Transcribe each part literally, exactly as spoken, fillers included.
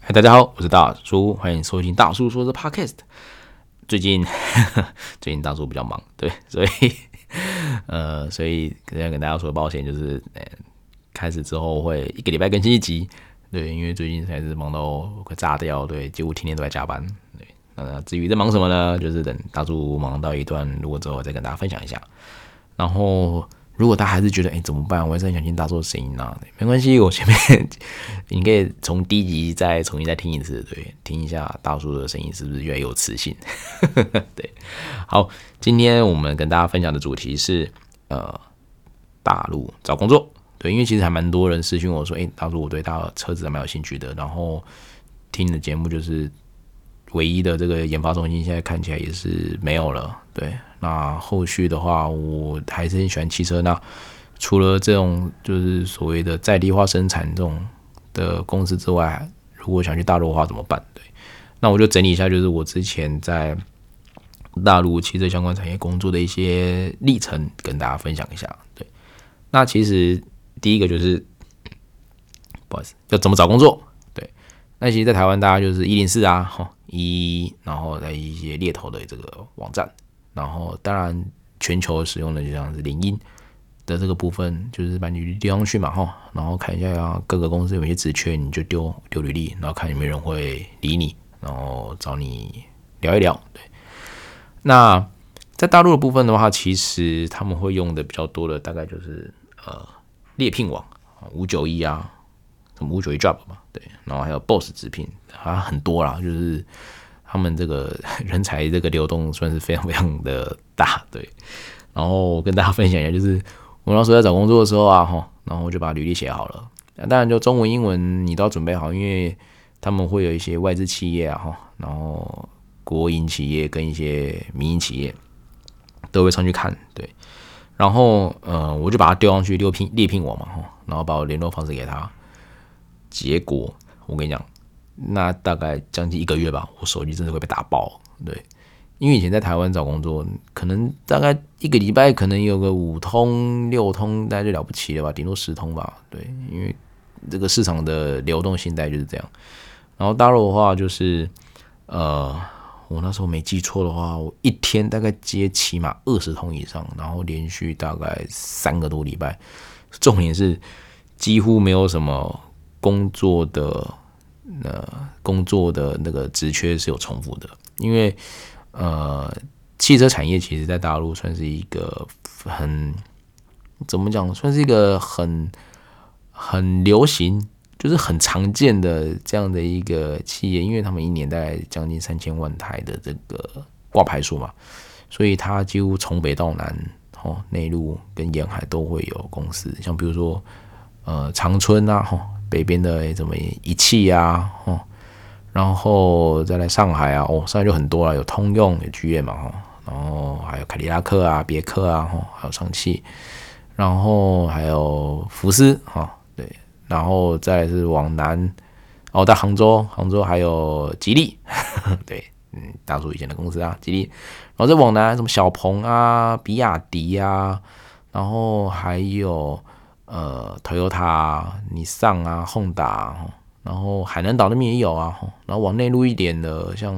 嗨，大家好，我是大叔，欢迎收听大叔说的 Podcast。最近最近大叔比较忙，对，所以呃，所以可能要跟大家说抱歉，就是呃，开始之后会一个礼拜更新一集，对，因为最近还是忙到快炸掉，对，几乎天天都在加班，对。那至于在忙什么呢？就是等大叔忙到一段路之后再跟大家分享一下。然后如果大家还是觉得哎、欸、怎么办，我还是很想听大叔的声音啊，没关系，我前面你可以从第一集再重新再听一次，对，听一下大叔的声音是不是越来越有磁性。对，好，今天我们跟大家分享的主题是呃大陆找工作，对，因为其实还蛮多人私讯我说，哎、欸，大叔我对大车子还蛮有兴趣的，然后听你的节目就是唯一的这个研发中心现在看起来也是没有了，对。那后续的话，我还是很喜欢汽车。那除了这种就是所谓的在地化生产这种的公司之外，如果想去大陆的话怎么办？对，那我就整理一下，就是我之前在大陆汽车相关产业工作的一些历程，跟大家分享一下。对，那其实第一个就是不好意思，要怎么找工作？对，那其实，在台湾大家就是一零四啊，一，然后在一些猎头的这个网站。然后，当然，全球使用的就像是领英的这个部分，就是把履历丢上去嘛，哈，然后看一下各个公司有一些职缺，你就丢丢履历，然后看有没有人会理你，然后找你聊一聊。对，那在大陆的部分的话，其实他们会用的比较多的，大概就是呃猎聘网五九一啊，什么五九一 Job 嘛，对，然后还有 Boss 直聘，啊很多啦，就是。他们这个人才这个流动算是非常非常的大，对。然后跟大家分享一下，就是我那时候在找工作的时候啊，然后我就把履历写好了。当然就中文、英文你都要准备好，因为他们会有一些外资企业啊，然后国营企业跟一些民营企业都会上去看，对。然后呃，我就把它丢上去猎聘猎聘网嘛，然后把我联络方式给他。结果我跟你讲。那大概将近一个月吧，我手机真的会被打爆，对，因为以前在台湾找工作，可能大概一个礼拜可能有个五通六通，大概就了不起了吧，顶多十通吧，对，因为这个市场的流动性大概就是这样。然后大陆的话就是，呃，我那时候没记错的话，我一天大概接起码二十通以上，然后连续大概三个多礼拜，重点是几乎没有什么工作的。呃，工作的那个职缺是有重复的，因为呃，汽车产业其实在大陆算是一个很怎么讲，算是一个很很流行，就是很常见的这样的一个企业，因为他们一年大概将近三千万台的这个挂牌数嘛，所以它几乎从北到南，哦，内陆跟沿海都会有公司，像比如说呃长春啊，吼。北边的什么一汽啊，哦，然后再来上海啊，哦，上海就很多了，有通用，有 G M 嘛，哦，然后还有凯迪拉克啊、别克啊，哦，还有上汽，然后还有福斯，哈、哦，对，然后再来是往南，哦，在杭州，杭州还有吉利，对，嗯，大叔以前的公司啊，吉利，然后再往南什么小鹏啊、比亚迪啊，然后还有。呃 ，Toyota 啊、尼桑啊、Honda 啊，然后海南岛那边也有啊，然后往内陆一点的，像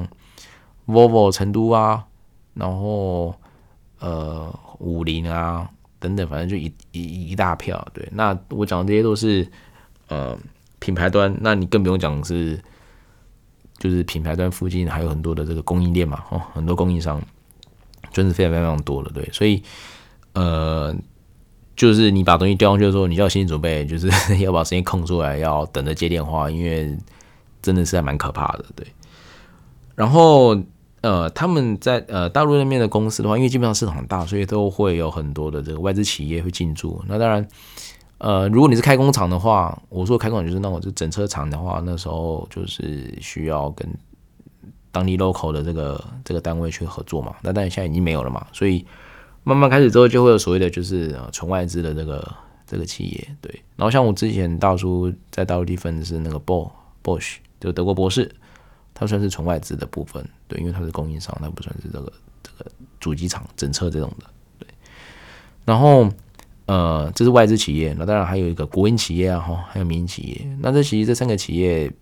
Volvo 成都啊，然后呃五菱啊等等，反正就一一一大票。对，那我讲的这些都是呃品牌端，那你更不用讲是就是品牌端附近还有很多的这个供应链嘛，哦，很多供应商，真是非常非常多的，对，所以呃。就是你把东西丢上去的时候，你就要心理准备，就是要把时间空出来，要等着接电话，因为真的是还蛮可怕的，对。然后呃，他们在呃大陆那边的公司的话，因为基本上市场很大，所以都会有很多的这个外资企业会进驻。那当然，呃，如果你是开工厂的话，我说开工厂就是那种就整车厂的话，那时候就是需要跟当地 local 的这个这个单位去合作嘛。那当然现在已经没有了嘛，所以。慢慢开始之后，就会有所谓的就是呃纯外资的这个这个企业，对。然后像我之前大叔在大陆地分是那个 Bosch， 就德国博士，它算是纯外资的部分，对，因为它是供应商，它不算是这个这个主机厂整车这种的，对。然后呃，这是外资企业，那当然还有一个国营企业啊，还有民营企业。那这其实这三个企业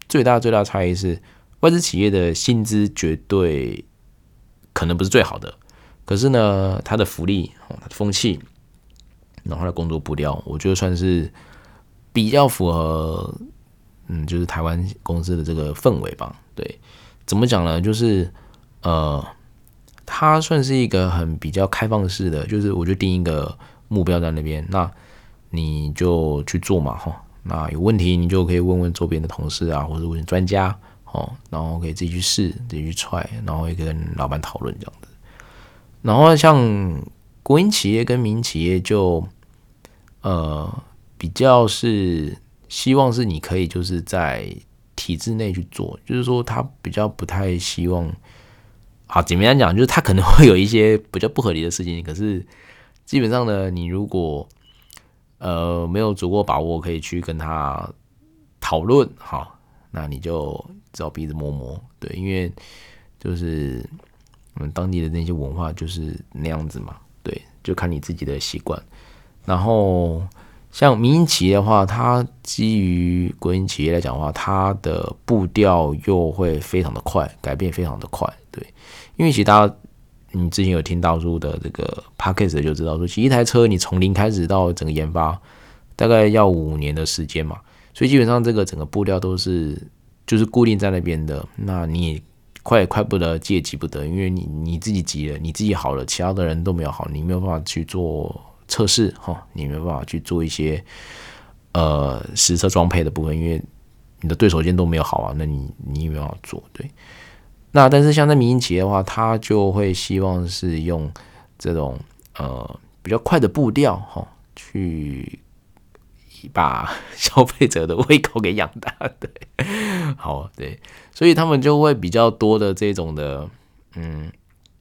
最大最大差异是，外资企业的薪资绝对可能不是最好的，可是呢，它的福利、它的风气，然后它的工作步调，我觉得算是比较符合，嗯，就是台湾公司的这个氛围吧。对，怎么讲呢？就是呃，它算是一个很比较开放式的，就是我就定一个目标在那边，那你就去做嘛，哈。那有问题你就可以问问周边的同事啊，或者问专家，哦，然后可以自己去试，自己去踹，然后也可以跟老板讨论这样子。然后像国营企业跟民营企业就，呃，比较是希望是你可以就是在体制内去做，就是说他比较不太希望，好简单讲，就是他可能会有一些比较不合理的事情，可是基本上呢，你如果呃没有足够把握可以去跟他讨论，好，那你就只好鼻子摸摸，对，因为就是我们当地的那些文化就是那样子嘛，对，就看你自己的习惯。然后像民营企业的话，它基于国营企业来讲的话，它的步调又会非常的快，改变非常的快，对，因为其实大家你之前有听大叔的这个 podcast 就知道说，其实一台车你从零开始到整个研发，大概要五年的时间嘛，所以基本上这个整个步调都是就是固定在那边的，那你也快也快不得，急也急不得，因为你你自己急了，你自己好了，其他的人都没有好，你没有办法去做测试哈，你没有办法去做一些呃实车装配的部分，因为你的对手间都没有好啊，那你你也没有办法做，对。那但是像在民营企业的话，他就会希望是用这种呃比较快的步调哈，去把消费者的胃口给养大，对，好，对，所以他们就会比较多的这种的嗯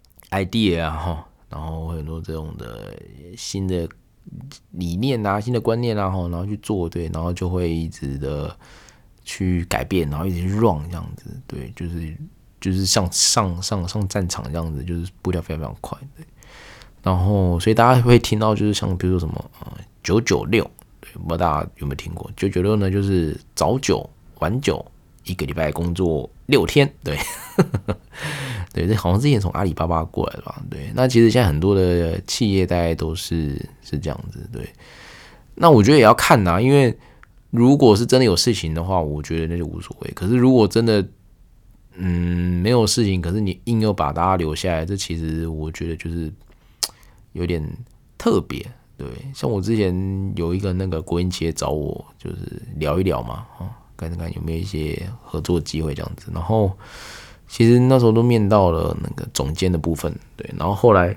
idea 啊哈，然后很多这种的新的理念啊、新的观念啊，然后去做，对，然后就会一直的去改变，然后一直去 run 这样子，对，就是。就是像上上上战场这样子，就是步调非常非常快，对。然后，所以大家会听到，就是像比如说什么呃九九六，对，不知道大家有没有听过？九九六呢，就是早九晚九，一个礼拜工作六天，对，对，这好像之前从阿里巴巴过来的吧？对，那其实现在很多的企业大概都是是这样子，对。那我觉得也要看呐、啊，因为如果是真的有事情的话，我觉得那就无所谓。可是如果真的嗯，没有事情，可是你硬要把大家留下来，这其实我觉得就是有点特别，对。像我之前有一个那个国营企业找我，就是聊一聊嘛，啊，看看有没有一些合作机会这样子。然后其实那时候都面到了那个总监的部分，对。然后后来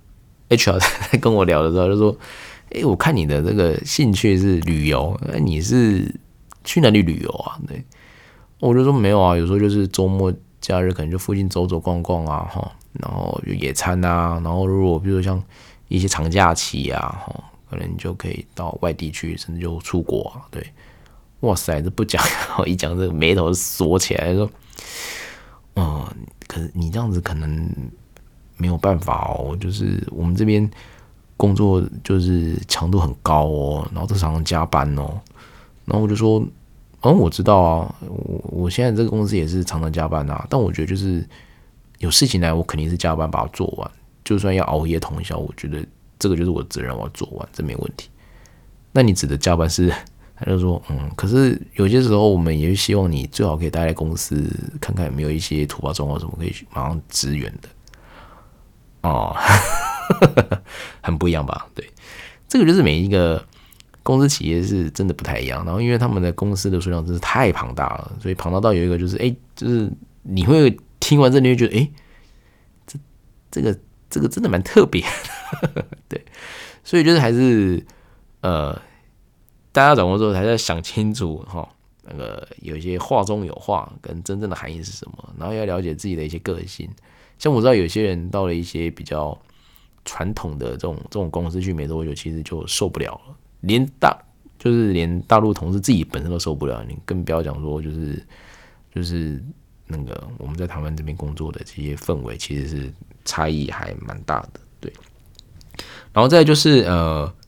H R 在跟我聊的时候就说：“哎、欸，我看你的这个兴趣是旅游，那你是去哪里旅游啊？”对。我就说没有啊，有时候就是周末假日可能就附近走走逛逛啊，哈，然后就野餐啊，然后如果比如说像一些长假期啊，哈，可能你就可以到外地去，甚至就出国啊，对，哇塞，这不讲，一讲这个眉头锁起来，说，嗯，可是你这样子可能没有办法哦，就是我们这边工作就是强度很高哦，然后都常常加班哦，然后我就说。嗯，我知道啊，我我现在这个公司也是常常加班啊，但我觉得就是有事情来，我肯定是加班把它做完，就算要熬夜通宵，我觉得这个就是我的责任，我要做完，这没问题。那你指的加班是，他就说，嗯，可是有些时候我们也是希望你最好可以待在公司，看看有没有一些突发状况什么可以马上支援的。哦，很不一样吧？对，这个就是每一个。公司企业是真的不太一样，然后因为他们的公司的数量真是太庞大了，所以庞大到有一个就是，哎、欸，就是你会听完这你会觉得，哎、欸，这这个这个真的蛮特别的，对，所以就是还是呃，大家找工作还是要想清楚哈，那个有一些话中有话跟真正的含义是什么，然后要了解自己的一些个性。像我知道有些人到了一些比较传统的这种这种公司去没多久，其实就受不了了。连大就是连大陆同事自己本身都受不了，你更不要讲说就是就是那个我们在台湾这边工作的这些氛围，其实是差异还蛮大的，对。然后再来就是呃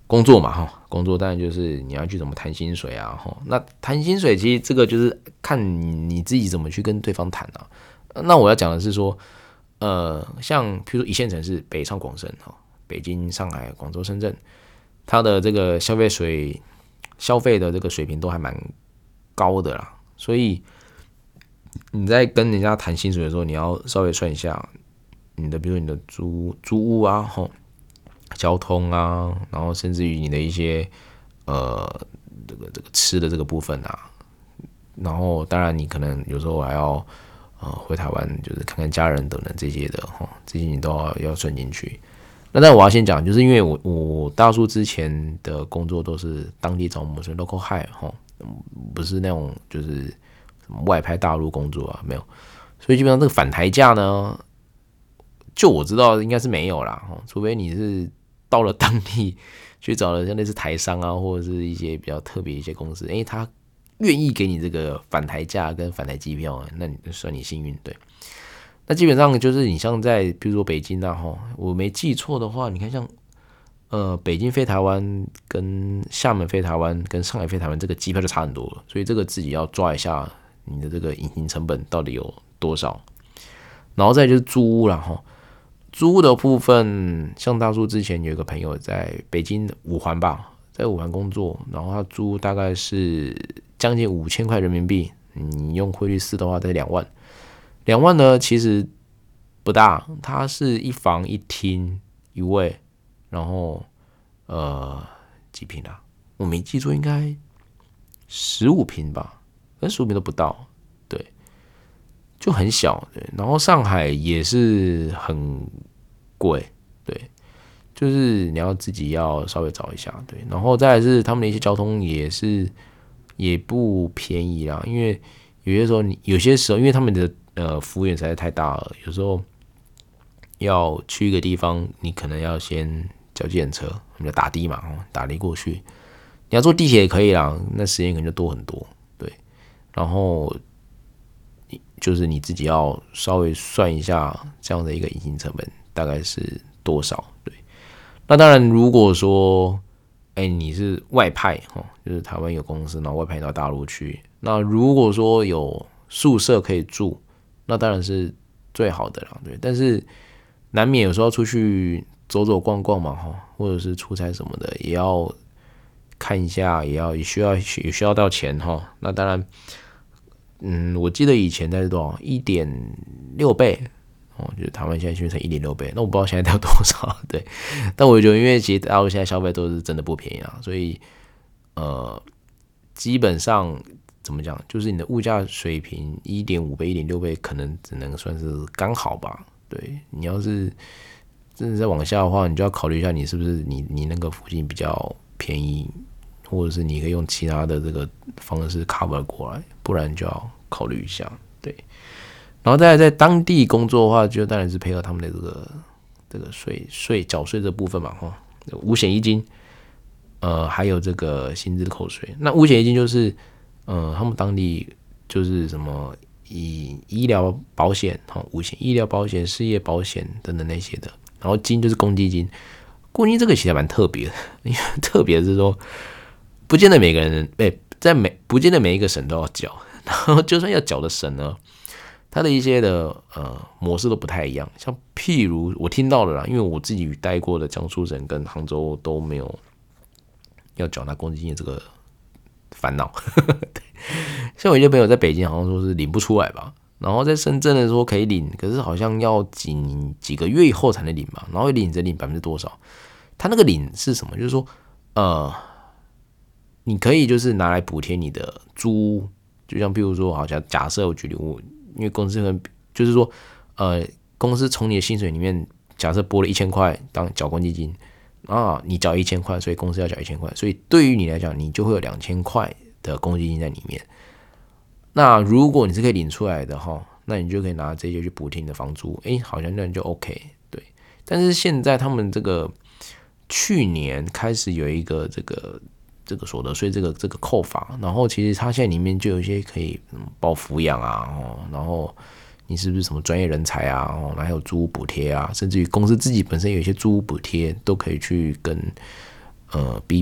工作嘛哈，工作当然就是你要去怎么谈薪水啊哈。那谈薪水其实这个就是看你自己怎么去跟对方谈啊。那我要讲的是说，呃，像譬如说一线城市北上广深哈，北京、上海、广州、深圳，它的这个消费水消费的这个水平都还蛮高的啦，所以你在跟人家谈薪水的时候，你要稍微算一下你的，比如说你的租租屋啊哈。交通啊，然后甚至于你的一些呃这个这个吃的这个部分啊，然后当然你可能有时候还要呃回台湾，就是看看家人等等这些的哈，这些你都要要算进去。那但我要先讲，就是因为我我大叔之前的工作都是当地招募，所以 local hire 哈，不是那种就是什么外派大陆工作啊，没有，所以基本上这个返台价呢。就我知道应该是没有啦，除非你是到了当地去找了像类似台商啊，或者是一些比较特别一些公司，诶，他愿意给你这个返台价跟返台机票，那你就算你幸运。对，那基本上就是你像在比如说北京啊，我没记错的话，你看像呃北京飞台湾跟厦门飞台湾跟上海飞台湾这个机票就差很多了，所以这个自己要抓一下你的这个隐形成本到底有多少，然后再就是租屋啦齁。租屋的部分，像大叔之前有一个朋友在北京五环吧，在五环工作，然后他租大概是将近五千块人民币，你用汇率四的话，在两万。两万呢，其实不大，它是一房一厅一卫，然后呃几平啊？我没记错，应该十五平吧，跟十五平都不到，对。就很小，对，然后上海也是很贵，对，就是你要自己要稍微找一下，对，然后再来是他们的一些交通也是也不便宜啦，因为有些时候你有些时候因为他们的呃服务员实在太大了，有时候要去一个地方，你可能要先叫计程车，我们叫打的嘛，打的过去，你要坐地铁也可以啦，那时间可能就多很多，对，然后。就是你自己要稍微算一下这样的一个隐形成本大概是多少，对。那当然，如果说，哎、欸，你是外派哈，就是台湾有公司，然后外派到大陆去，那如果说有宿舍可以住，那当然是最好的啦，对。但是难免有时候出去走走逛逛嘛，哈，或者是出差什么的，也要看一下，也要也需要也需要到钱哈。那当然。嗯，我记得以前在是多少一点六倍哦，就是台湾现在去成一点六倍，那我不知道现在到多少，对。但我觉得，因为其实大陆现在消费都是真的不便宜啊，所以呃，基本上怎么讲，就是你的物价水平一点五倍、一点六倍，可能只能算是刚好吧。对，你要是真的再往下的话，你就要考虑一下，你是不是你你那个附近比较便宜。或者是你可以用其他的这个方式 cover 过来，不然就要考虑一下，对。然后再来在当地工作的话，就当然是配合他们的这个这个税税缴税这部分嘛，哈，五险一金，呃，还有这个薪资的扣税。那五险一金就是，呃，他们当地就是什么以医疗保险、哈五险医疗保险、失业保险等等那些的，然后金就是公积金。公积金这个其实蛮特别的，因为特别是说。不见得每个人，欸、在每不见得每一个省都要缴，然后就算要缴的省呢，它的一些的呃模式都不太一样。像譬如我听到了啦，因为我自己待过的江苏省跟杭州都没有要缴纳公积金的这个烦恼。对，像我一些朋友在北京好像说是领不出来吧，然后在深圳的时候可以领，可是好像要几几个月以后才能领嘛，然后领只领百分之多少？他那个领是什么？就是说呃。你可以就是拿来补贴你的租屋，就像譬如说，好像假设我举例，我因为公司可能就是说，呃，公司从你的薪水里面假设拨了一千块当缴公积金啊，你缴一千块，所以公司要缴一千块，所以对于你来讲，你就会有两千块的公积金在里面。那如果你是可以领出来的哈，那你就可以拿这些去补贴你的房租，哎、欸，好像那就 OK， 对。但是现在他们这个去年开始有一个这个。这个所得税这个这个扣法，然后其实它现在里面就有一些可以包抚养啊，然后你是不是什么专业人才啊，还有租屋补贴啊，甚至于公司自己本身有一些租屋补贴都可以去跟呃 B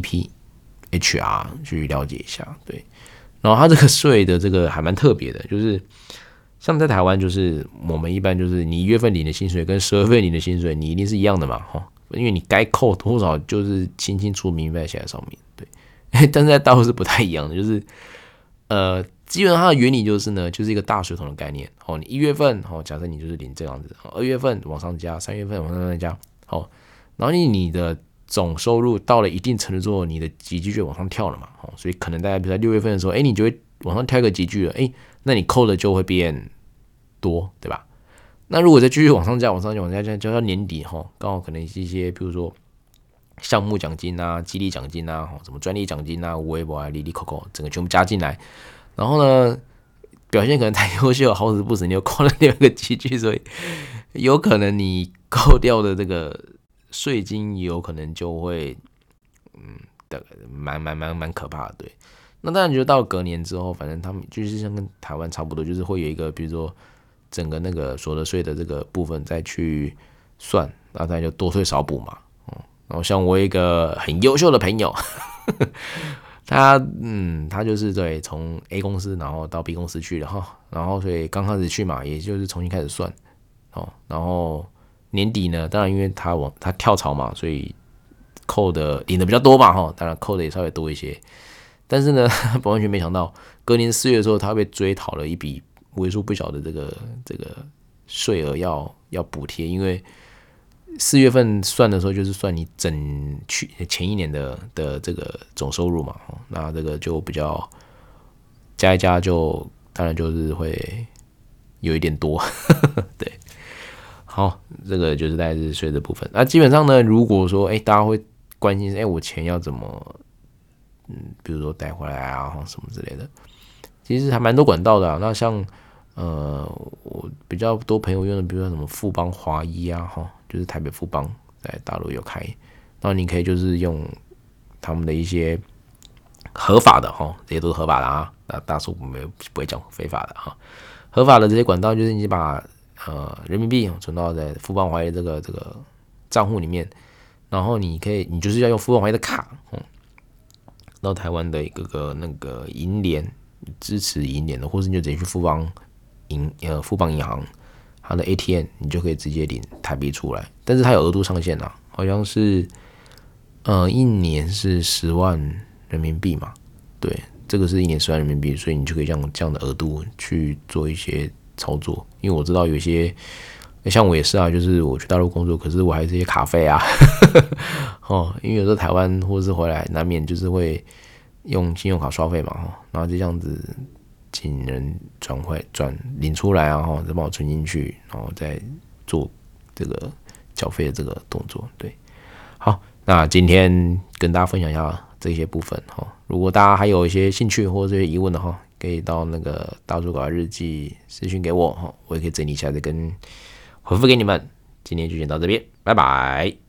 P、H R 去了解一下，对。然后它这个税的这个还蛮特别的，就是像在台湾，就是我们一般就是你一月份领的薪水跟十二月领的薪水，你一定是一样的嘛，哈，因为你该扣多少就是清清楚楚明白写在上面，对。但是在大陆是不太一样的，就是呃，基本上它的原理就是呢，就是一个大水桶的概念，哦，你一月份，哦，假设你就是领这样子，二月份往上加，三月份往上加，好，然后你你的总收入到了一定程度之后，你的集聚就往上跳了嘛，哦，所以可能大概比如在六月份的时候，哎，你就会往上跳一个集聚了，哎，那你扣的就会变多，对吧？那如果再继续往上加，往上加，往上加，加到年底哈，刚好可能是一些，比如说项目奖金啊、激励奖金啊、什么专利奖金啊、微博啊、里里扣扣，整个全部加进来，然后呢，表现可能太优秀，好死不死你又扣了另外一个集聚，所以有可能你扣掉的这个税金，有可能就会，嗯，大概蛮蛮蛮蛮可怕的，对。那当然，就到隔年之后，反正他们就是像跟台湾差不多，就是会有一个，比如说整个那个所得税的这个部分再去算，然后再就多税少补嘛。然后像我一个很优秀的朋友，他嗯，他就是对从 A 公司然后到 B 公司去了哈，然后所以刚开始去嘛，也就是重新开始算哦，然后年底呢，当然因为他往他跳槽嘛，所以扣的领的比较多嘛哈，当然扣的也稍微多一些。但是呢，完全没想到，隔年四月的时候，他被追讨了一笔为数不小的这个这个税额要要补贴，因为四月份算的时候，就是算你整去前一年的的这个总收入嘛，那这个就比较加一加就，当然就是会有一点多，对。好，这个就是大概是税的部分。那基本上呢，如果说哎、欸，大家会关心，哎、欸，我钱要怎么？嗯，比如说带回来啊，什么之类的，其实还蛮多管道的啊。那像呃，我比较多朋友用的，比如说什么富邦华医啊，哈，就是台北富邦在大陆有开，然后你可以就是用他们的一些合法的哈，这些都是合法的啊。那大叔没有不会讲非法的哈，合法的这些管道就是你把呃人民币存到在富邦华医这个这个账户里面，然后你可以你就是要用富邦华医的卡，嗯。到台湾的一个个那个银联支持银联的，或是你就直接去富邦银呃富邦银行，它的 A T M 你就可以直接领台币出来，但是它有额度上限啊，好像是呃一年是十万人民币嘛，对，这个是一年十万人民币，所以你就可以用这样的额度去做一些操作，因为我知道有些。像我也是啊，就是我去大陆工作，可是我还是一些卡费啊，哦，因为有时候台湾或是回来，难免就是会用信用卡刷费嘛，然后就这样子请人转会转领出来啊，再帮我存进去，然后再做这个缴费的这个动作。对，好，那今天跟大家分享一下这些部分哈。如果大家还有一些兴趣或者这些疑问的话，可以到那个大叔搞日记私讯给我哈，我也可以整理一下再跟。回复给你们，今天就先到这边，拜拜。